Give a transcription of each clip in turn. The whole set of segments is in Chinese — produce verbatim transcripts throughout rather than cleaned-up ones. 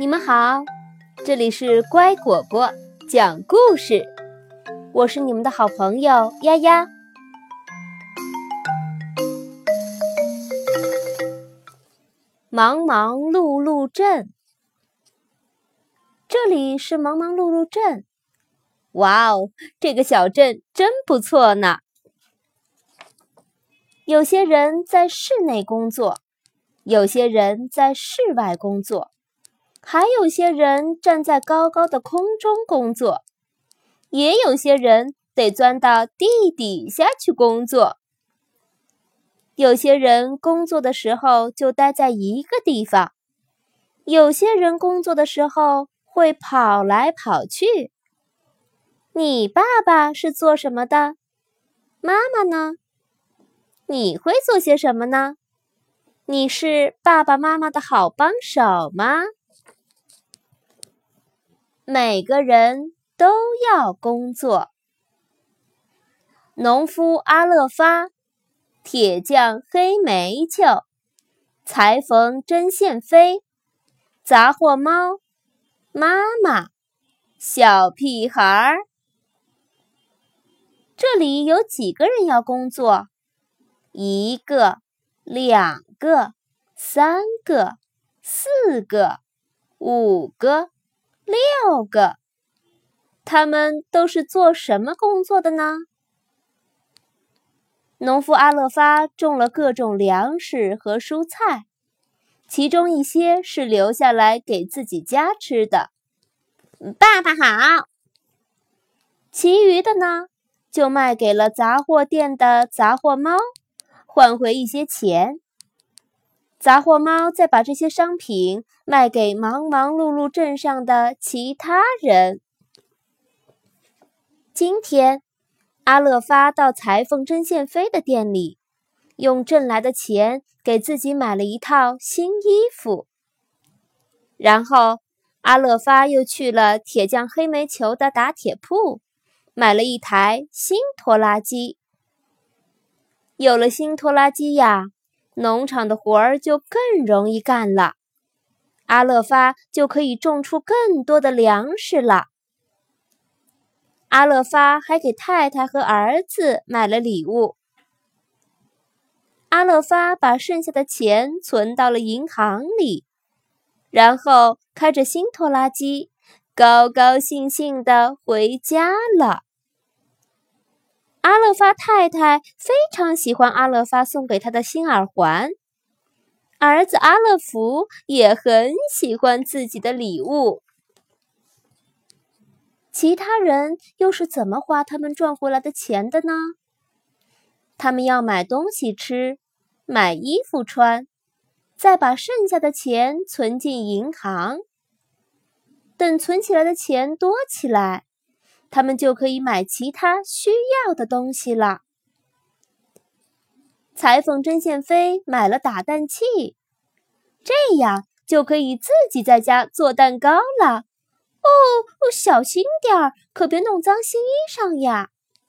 你们好，这里是乖果果讲故事，我是你们的好朋友丫丫。忙忙碌碌镇，这里是忙忙碌碌镇。哇哦，这个小镇真不错呢。有些人在室内工作，有些人在室外工作，还有些人站在高高的空中工作，也有些人得钻到地底下去工作。有些人工作的时候就待在一个地方，有些人工作的时候会跑来跑去。你爸爸是做什么的？妈妈呢？你会做些什么呢？你是爸爸妈妈的好帮手吗？每个人都要工作。农夫阿勒发，铁匠黑煤球，裁缝针线飞，杂货猫，妈妈，小屁孩儿。这里有几个人要工作？一个，两个，三个，四个，五个，六个。他们都是做什么工作的呢？农夫阿勒发种了各种粮食和蔬菜，其中一些是留下来给自己家吃的。爸爸好。其余的呢，就卖给了杂货店的杂货猫，换回一些钱。杂货猫再把这些商品卖给忙忙碌碌镇上的其他人。今天，阿勒发到裁缝针线飞的店里，用挣来的钱给自己买了一套新衣服。然后，阿勒发又去了铁匠黑煤球的打铁铺，买了一台新拖拉机。有了新拖拉机呀，农场的活儿就更容易干了，阿勒发就可以种出更多的粮食了。阿勒发还给太太和儿子买了礼物。阿勒发把剩下的钱存到了银行里，然后开着新拖拉机，高高兴兴地回家了。阿勒发太太非常喜欢阿勒发送给她的新耳环，儿子阿勒福也很喜欢自己的礼物。其他人又是怎么花他们赚回来的钱的呢？他们要买东西吃，买衣服穿，再把剩下的钱存进银行。等存起来的钱多起来，他们就可以买其他需要的东西了。裁缝针线飞买了打蛋器，这样就可以自己在家做蛋糕了。哦，小心点儿，可别弄脏新衣裳呀。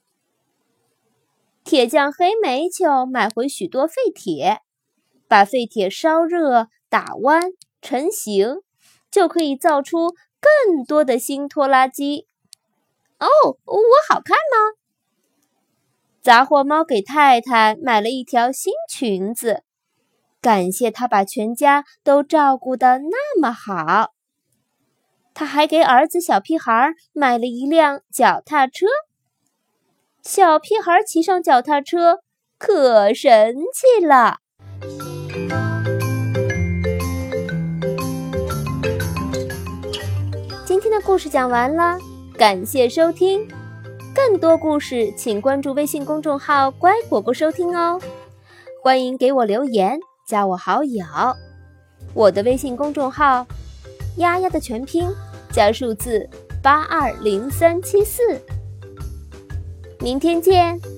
铁匠黑煤球买回许多废铁，把废铁烧热、打弯、成型，就可以造出更多的新拖拉机。哦，我好看吗？杂货猫给太太买了一条新裙子，感谢她把全家都照顾得那么好。他还给儿子小屁孩买了一辆脚踏车。小屁孩骑上脚踏车，可神气了。今天的故事讲完了，感谢收听。更多故事请关注微信公众号乖果果收听哦。欢迎给我留言，加我好友。我的微信公众号丫丫的全拼加数字八二零三七四，明天见。